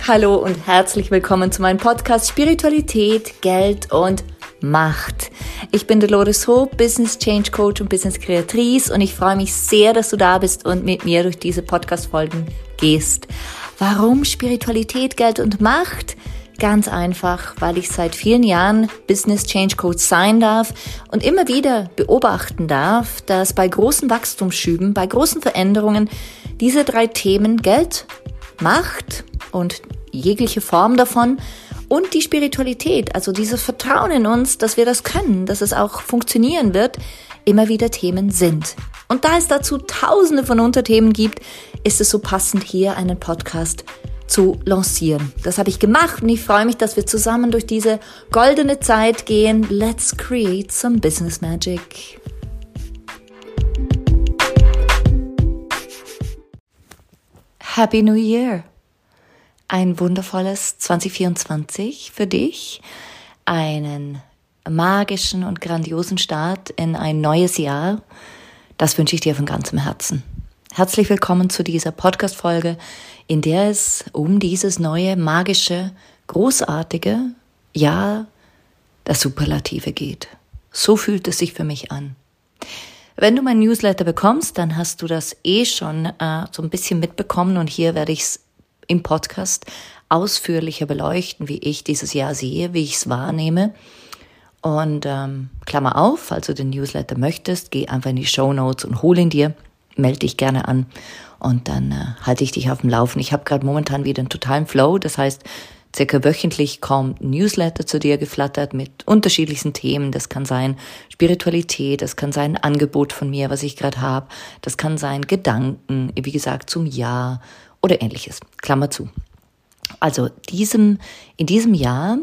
Hallo und herzlich willkommen zu meinem Podcast Spiritualität, Geld und Macht. Ich bin Dolores Hope, Business Change Coach und Business Kreatrice und ich freue mich sehr, dass du da bist und mit mir durch diese Podcast-Folgen gehst. Warum Spiritualität, Geld und Macht? Ganz einfach, weil ich seit vielen Jahren Business Change Coach sein darf und immer wieder beobachten darf, dass bei großen Wachstumsschüben, bei großen Veränderungen diese drei Themen Geld, Macht und jegliche Form davon und die Spiritualität, also dieses Vertrauen in uns, dass wir das können, dass es auch funktionieren wird, immer wieder Themen sind. Und da es dazu tausende von Unterthemen gibt, ist es so passend, hier einen Podcast zu lancieren. Das habe ich gemacht und ich freue mich, dass wir zusammen durch diese goldene Zeit gehen. Let's create some business magic. Happy New Year! Ein wundervolles 2024 für dich, einen magischen und grandiosen Start in ein neues Jahr. Das wünsche ich dir von ganzem Herzen. Herzlich willkommen zu dieser Podcast-Folge, in der es um dieses neue, magische, großartige Jahr der Superlative geht. So fühlt es sich für mich an. Wenn du mein Newsletter bekommst, dann hast du das schon so ein bisschen mitbekommen und hier werde ich es im Podcast ausführlicher beleuchten, wie ich dieses Jahr sehe, wie ich es wahrnehme. Und Klammer auf, falls du den Newsletter möchtest, geh einfach in die Shownotes und hol ihn dir, melde dich gerne an und dann halte ich dich auf dem Laufen. Ich habe gerade momentan wieder einen totalen Flow, das heißt, circa wöchentlich kommt ein Newsletter zu dir geflattert mit unterschiedlichsten Themen. Das kann sein Spiritualität, das kann sein ein Angebot von mir, was ich gerade habe, das kann sein Gedanken, wie gesagt, zum Jahr oder ähnliches. Klammer zu. Also in diesem Jahr,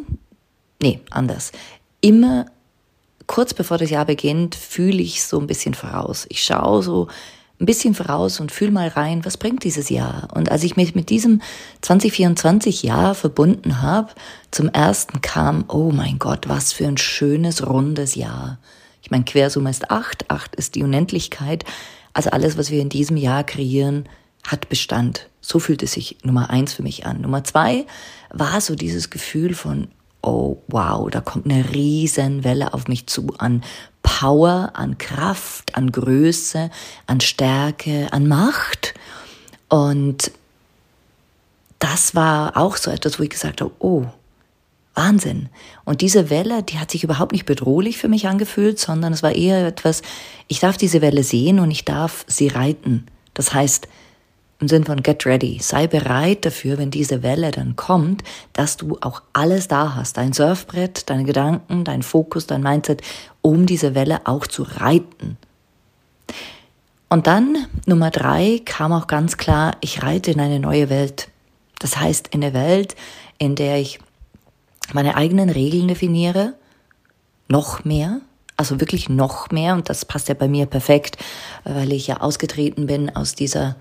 immer kurz bevor das Jahr beginnt, fühle ich so ein bisschen voraus. Ich schaue so ein bisschen voraus und fühle mal rein, was bringt dieses Jahr? Und als ich mich mit diesem 2024 Jahr verbunden habe, zum ersten kam, oh mein Gott, was für ein schönes, rundes Jahr. Ich meine, Quersumme ist 8, 8 ist die Unendlichkeit. Also alles, was wir in diesem Jahr kreieren, hat Bestand. So fühlt es sich Nummer 1 für mich an. Nummer 2 war so dieses Gefühl von, oh wow, da kommt eine riesen Welle auf mich zu an Power, an Kraft, an Größe, an Stärke, an Macht. Und das war auch so etwas, wo ich gesagt habe, oh, Wahnsinn. Und diese Welle, die hat sich überhaupt nicht bedrohlich für mich angefühlt, sondern es war eher etwas, ich darf diese Welle sehen und ich darf sie reiten. Das heißt, im Sinn von get ready, sei bereit dafür, wenn diese Welle dann kommt, dass du auch alles da hast, dein Surfbrett, deine Gedanken, dein Fokus, dein Mindset, um diese Welle auch zu reiten. Und dann, Nummer 3, kam auch ganz klar, ich reite in eine neue Welt. Das heißt, in eine Welt, in der ich meine eigenen Regeln definiere, noch mehr, also wirklich noch mehr, und das passt ja bei mir perfekt, weil ich ja ausgetreten bin aus dieser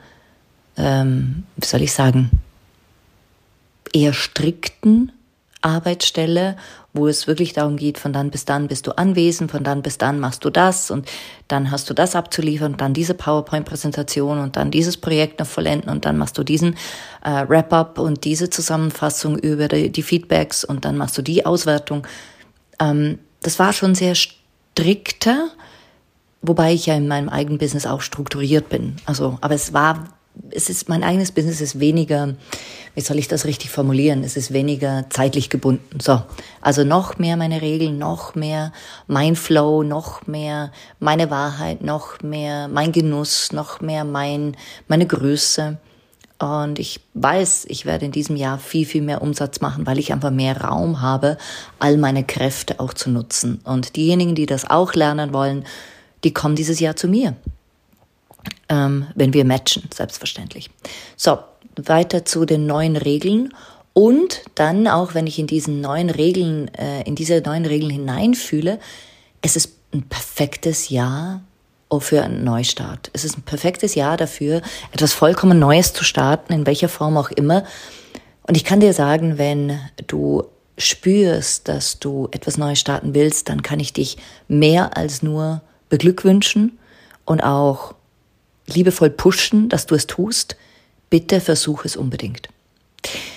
eher strikten Arbeitsstelle, wo es wirklich darum geht, von dann bis dann bist du anwesend, von dann bis dann machst du das und dann hast du das abzuliefern und dann diese PowerPoint-Präsentation und dann dieses Projekt noch vollenden und dann machst du diesen Wrap-up und diese Zusammenfassung über die Feedbacks und dann machst du die Auswertung. Das war schon sehr strikter, wobei ich ja in meinem eigenen Business auch strukturiert bin. Aber mein eigenes Business ist weniger, wie soll ich das richtig formulieren? Es ist weniger zeitlich gebunden. So. Also noch mehr meine Regeln, noch mehr mein Flow, noch mehr meine Wahrheit, noch mehr mein Genuss, noch mehr meine Größe. Und ich weiß, ich werde in diesem Jahr viel, viel mehr Umsatz machen, weil ich einfach mehr Raum habe, all meine Kräfte auch zu nutzen. Und diejenigen, die das auch lernen wollen, die kommen dieses Jahr zu mir. Wenn wir matchen, selbstverständlich. So, weiter zu den neuen Regeln und dann auch, wenn ich in diese neuen Regeln hineinfühle, es ist ein perfektes Jahr für einen Neustart. Es ist ein perfektes Jahr dafür, etwas vollkommen Neues zu starten, in welcher Form auch immer. Und ich kann dir sagen, wenn du spürst, dass du etwas Neues starten willst, dann kann ich dich mehr als nur beglückwünschen und auch liebevoll pushen, dass du es tust. Bitte versuch es unbedingt.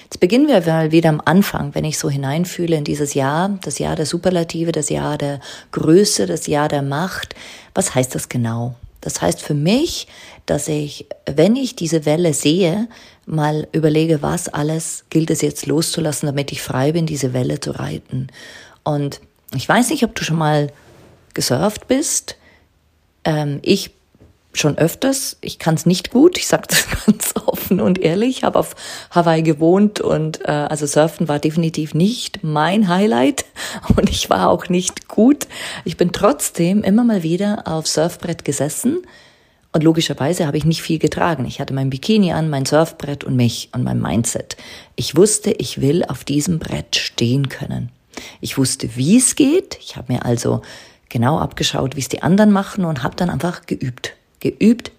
Jetzt beginnen wir mal wieder am Anfang, wenn ich so hineinfühle in dieses Jahr, das Jahr der Superlative, das Jahr der Größe, das Jahr der Macht. Was heißt das genau? Das heißt für mich, dass ich, wenn ich diese Welle sehe, mal überlege, was alles gilt es jetzt loszulassen, damit ich frei bin, diese Welle zu reiten. Und ich weiß nicht, ob du schon mal gesurft bist. Ich schon öfters. Ich kann es nicht gut. Ich sage das ganz offen und ehrlich. Ich habe auf Hawaii gewohnt und also Surfen war definitiv nicht mein Highlight und ich war auch nicht gut. Ich bin trotzdem immer mal wieder auf Surfbrett gesessen und logischerweise habe ich nicht viel getragen. Ich hatte mein Bikini an, mein Surfbrett und mich und mein Mindset. Ich wusste, ich will auf diesem Brett stehen können. Ich wusste, wie es geht. Ich habe mir also genau abgeschaut, wie es die anderen machen und habe dann einfach geübt. Geübt.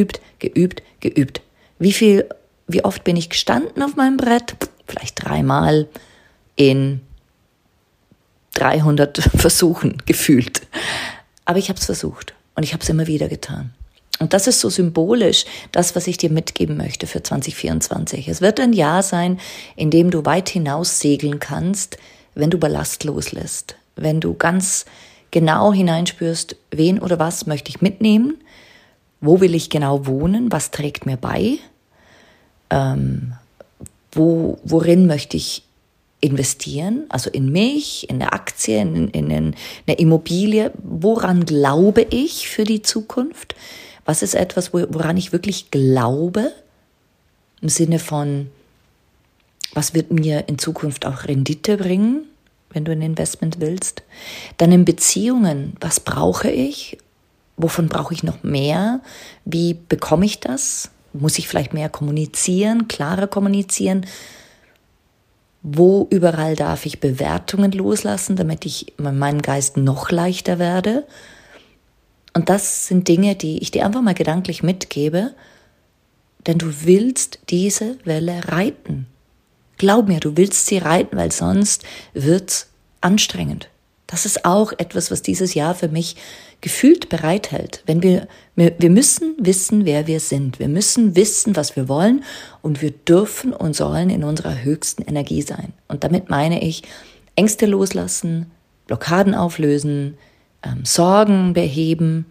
Wie oft bin ich gestanden auf meinem Brett? Vielleicht 3-mal in 300 Versuchen gefühlt. Aber ich habe es versucht und ich habe es immer wieder getan. Und das ist so symbolisch, das, was ich dir mitgeben möchte für 2024. Es wird ein Jahr sein, in dem du weit hinaus segeln kannst, wenn du Ballast loslässt. Wenn du ganz genau hineinspürst, wen oder was möchte ich mitnehmen, wo will ich genau wohnen, was trägt mir bei, worin möchte ich investieren, also in mich, in eine Aktie, in eine Immobilie, woran glaube ich für die Zukunft, was ist etwas, woran ich wirklich glaube, im Sinne von, was wird mir in Zukunft auch Rendite bringen, wenn du ein Investment willst. Dann in Beziehungen, was brauche ich? Wovon brauche ich noch mehr? Wie bekomme ich das? Muss ich vielleicht mehr kommunizieren, klarer kommunizieren? Wo überall darf ich Bewertungen loslassen, damit ich in meinem Geist noch leichter werde? Und das sind Dinge, die ich dir einfach mal gedanklich mitgebe, denn du willst diese Welle reiten. Glaub mir, du willst sie reiten, weil sonst wird's anstrengend. Das ist auch etwas, was dieses Jahr für mich gefühlt bereithält. Wenn wir müssen wissen, wer wir sind. Wir müssen wissen, was wir wollen und wir dürfen und sollen in unserer höchsten Energie sein. Und damit meine ich Ängste loslassen, Blockaden auflösen, Sorgen beheben,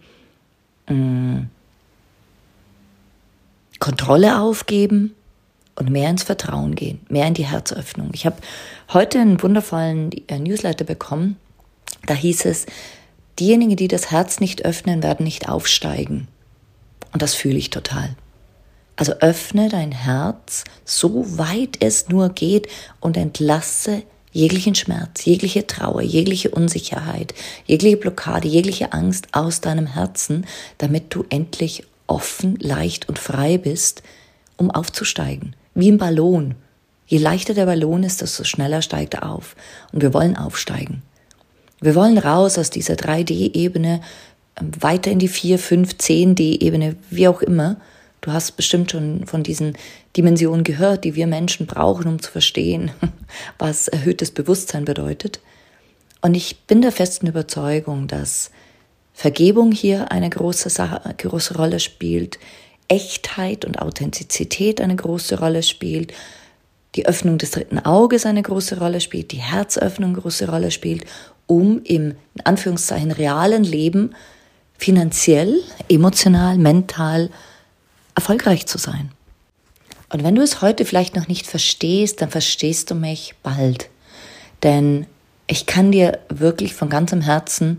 Kontrolle aufgeben und mehr ins Vertrauen gehen, mehr in die Herzöffnung. Ich habe heute einen wundervollen Newsletter bekommen, da hieß es, diejenigen, die das Herz nicht öffnen, werden nicht aufsteigen. Und das fühle ich total. Also öffne dein Herz, so weit es nur geht und entlasse jeglichen Schmerz, jegliche Trauer, jegliche Unsicherheit, jegliche Blockade, jegliche Angst aus deinem Herzen, damit du endlich offen, leicht und frei bist, um aufzusteigen. Wie ein Ballon. Je leichter der Ballon ist, desto schneller steigt er auf. Und wir wollen aufsteigen. Wir wollen raus aus dieser 3D-Ebene, weiter in die 4, 5, 10D-Ebene, wie auch immer. Du hast bestimmt schon von diesen Dimensionen gehört, die wir Menschen brauchen, um zu verstehen, was erhöhtes Bewusstsein bedeutet. Und ich bin der festen Überzeugung, dass Vergebung hier eine große Rolle spielt, Echtheit und Authentizität eine große Rolle spielt, die Öffnung des dritten Auges eine große Rolle spielt, die Herzöffnung eine große Rolle spielt, um im, in Anführungszeichen, realen Leben finanziell, emotional, mental erfolgreich zu sein. Und wenn du es heute vielleicht noch nicht verstehst, dann verstehst du mich bald. Denn ich kann dir wirklich von ganzem Herzen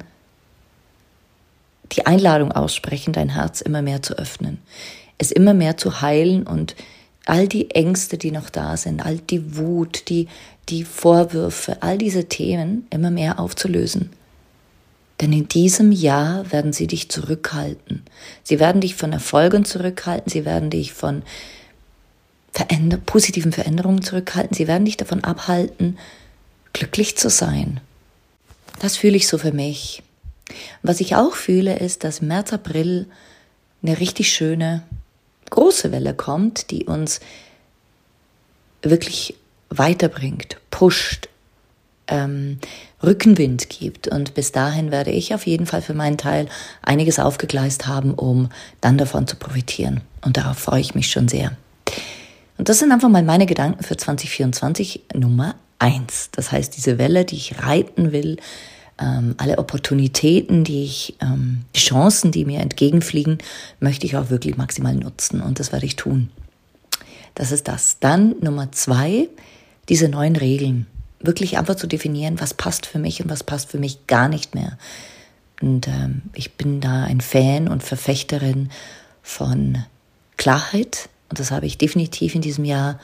die Einladung aussprechen, dein Herz immer mehr zu öffnen, es immer mehr zu heilen und all die Ängste, die noch da sind, all die Wut, die Vorwürfe, all diese Themen immer mehr aufzulösen. Denn in diesem Jahr werden sie dich zurückhalten. Sie werden dich von Erfolgen zurückhalten, sie werden dich von positiven Veränderungen zurückhalten, sie werden dich davon abhalten, glücklich zu sein. Das fühle ich so für mich. Was ich auch fühle, ist, dass im März, April eine richtig schöne, große Welle kommt, die uns wirklich weiterbringt, pusht, Rückenwind gibt. Und bis dahin werde ich auf jeden Fall für meinen Teil einiges aufgegleist haben, um dann davon zu profitieren. Und darauf freue ich mich schon sehr. Und das sind einfach mal meine Gedanken für 2024 Nummer 1. Das heißt, diese Welle, die ich reiten will, alle Opportunitäten, die Chancen, die mir entgegenfliegen, möchte ich auch wirklich maximal nutzen. Und das werde ich tun. Das ist das. Dann Nummer 2, diese neuen Regeln. Wirklich einfach zu definieren, was passt für mich und was passt für mich gar nicht mehr. Und ich bin da ein Fan und Verfechterin von Klarheit. Und das habe ich definitiv in diesem Jahr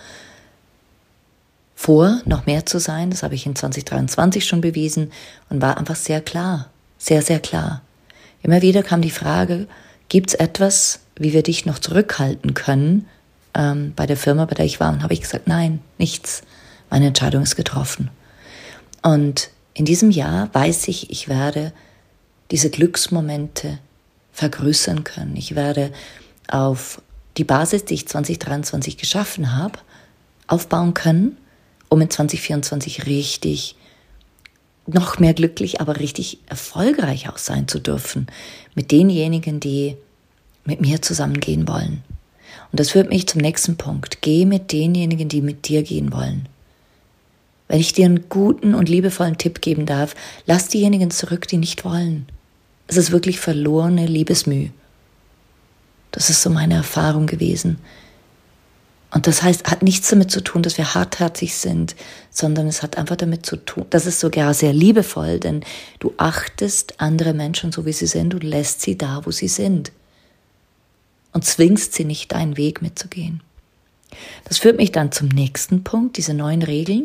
vor, noch mehr zu sein. Das habe ich in 2023 schon bewiesen und war einfach sehr klar. Sehr, sehr klar. Immer wieder kam die Frage, gibt es etwas, wie wir dich noch zurückhalten können bei der Firma, bei der ich war? Und habe ich gesagt, nein, nichts. Meine Entscheidung ist getroffen. Und in diesem Jahr weiß ich, ich werde diese Glücksmomente vergrößern können. Ich werde auf die Basis, die ich 2023 geschaffen habe, aufbauen können, um in 2024 richtig noch mehr glücklich, aber richtig erfolgreich auch sein zu dürfen mit denjenigen, die mit mir zusammengehen wollen. Und das führt mich zum nächsten Punkt. Geh mit denjenigen, die mit dir gehen wollen. Wenn ich dir einen guten und liebevollen Tipp geben darf, lass diejenigen zurück, die nicht wollen. Es ist wirklich verlorene Liebesmüh. Das ist so meine Erfahrung gewesen. Und das heißt, hat nichts damit zu tun, dass wir hartherzig sind, sondern es hat einfach damit zu tun, das ist sogar sehr liebevoll, denn du achtest andere Menschen so, wie sie sind, und lässt sie da, wo sie sind. Und zwingst sie nicht, deinen Weg mitzugehen. Das führt mich dann zum nächsten Punkt, diese neuen Regeln.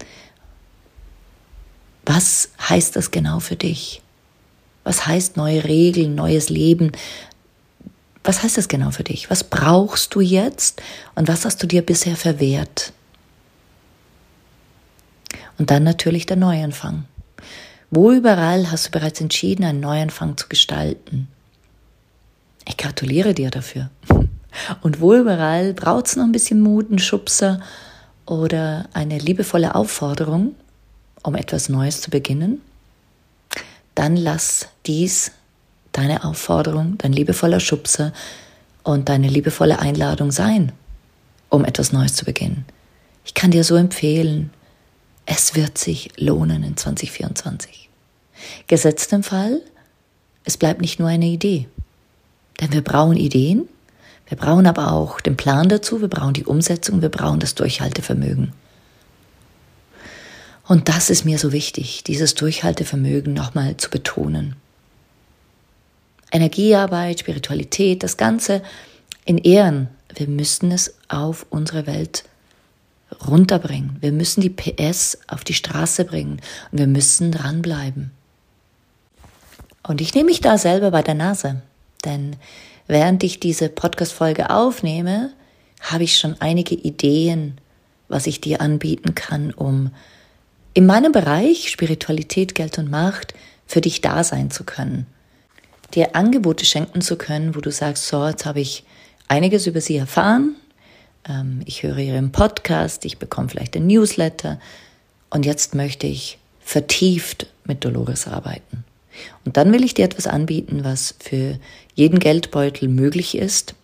Was heißt das genau für dich? Was heißt neue Regeln, neues Leben? Was heißt das genau für dich? Was brauchst du jetzt und was hast du dir bisher verwehrt? Und dann natürlich der Neuanfang. Wo überall hast du bereits entschieden, einen Neuanfang zu gestalten? Ich gratuliere dir dafür. Und wo überall braucht es noch ein bisschen Mut, einen Schubser oder eine liebevolle Aufforderung, um etwas Neues zu beginnen? Dann lass dies deine Aufforderung, dein liebevoller Schubser und deine liebevolle Einladung sein, um etwas Neues zu beginnen. Ich kann dir so empfehlen, es wird sich lohnen in 2024. Gesetzt im Fall, es bleibt nicht nur eine Idee. Denn wir brauchen Ideen, wir brauchen aber auch den Plan dazu, wir brauchen die Umsetzung, wir brauchen das Durchhaltevermögen. Und das ist mir so wichtig, dieses Durchhaltevermögen nochmal zu betonen. Energiearbeit, Spiritualität, das Ganze in Ehren. Wir müssen es auf unsere Welt runterbringen. Wir müssen die PS auf die Straße bringen und wir müssen dranbleiben. Und ich nehme mich da selber bei der Nase, denn während ich diese Podcast-Folge aufnehme, habe ich schon einige Ideen, was ich dir anbieten kann, um in meinem Bereich Spiritualität, Geld und Macht für dich da sein zu können. Dir Angebote schenken zu können, wo du sagst, so, jetzt habe ich einiges über sie erfahren, ich höre ihren Podcast, ich bekomme vielleicht ein Newsletter und jetzt möchte ich vertieft mit Dolores arbeiten. Und dann will ich dir etwas anbieten, was für jeden Geldbeutel möglich ist.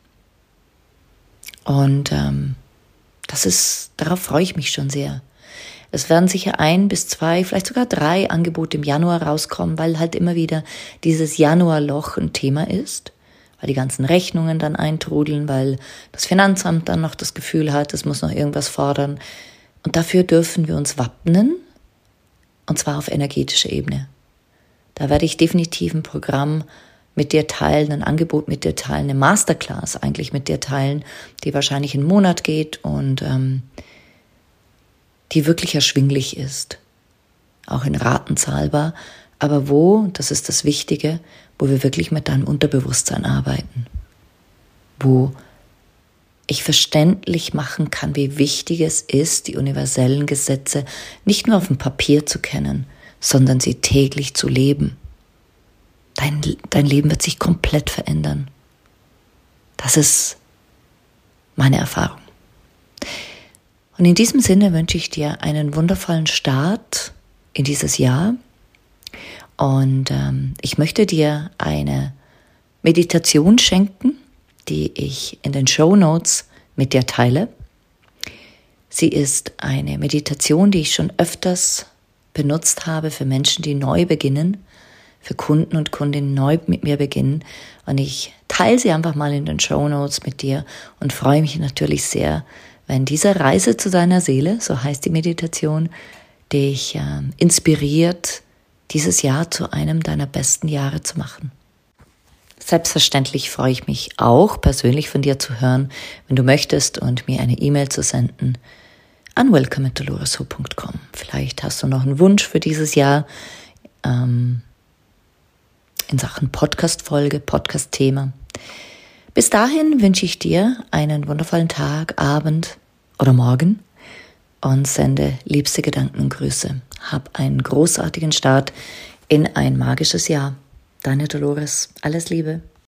Und darauf freue ich mich schon sehr. Es werden sicher 1 bis 2, vielleicht sogar 3 Angebote im Januar rauskommen, weil halt immer wieder dieses Januarloch ein Thema ist, weil die ganzen Rechnungen dann eintrudeln, weil das Finanzamt dann noch das Gefühl hat, es muss noch irgendwas fordern. Und dafür dürfen wir uns wappnen, und zwar auf energetischer Ebene. Da werde ich definitiv ein Programm mit dir teilen, ein Angebot mit dir teilen, eine Masterclass eigentlich mit dir teilen, die wahrscheinlich einen Monat geht und die wirklich erschwinglich ist, auch in Raten zahlbar, aber wo, das ist das Wichtige, wo wir wirklich mit deinem Unterbewusstsein arbeiten, wo ich verständlich machen kann, wie wichtig es ist, die universellen Gesetze nicht nur auf dem Papier zu kennen, sondern sie täglich zu leben. Dein Leben wird sich komplett verändern. Das ist meine Erfahrung. Und in diesem Sinne wünsche ich dir einen wundervollen Start in dieses Jahr. Und ich möchte dir eine Meditation schenken, die ich in den Shownotes mit dir teile. Sie ist eine Meditation, die ich schon öfters benutzt habe für Menschen, die neu beginnen, für Kunden und Kundinnen neu mit mir beginnen. Und ich teile sie einfach mal in den Shownotes mit dir und freue mich natürlich sehr, wenn diese Reise zu deiner Seele, so heißt die Meditation, dich inspiriert, dieses Jahr zu einem deiner besten Jahre zu machen. Selbstverständlich freue ich mich auch, persönlich von dir zu hören, wenn du möchtest und mir eine E-Mail zu senden an welcome@doloreshope.com. Vielleicht hast du noch einen Wunsch für dieses Jahr in Sachen Podcast-Folge, Podcast-Thema. Bis dahin wünsche ich dir einen wundervollen Tag, Abend oder Morgen und sende liebste Gedanken und Grüße. Hab einen großartigen Start in ein magisches Jahr. Deine Dolores. Alles Liebe.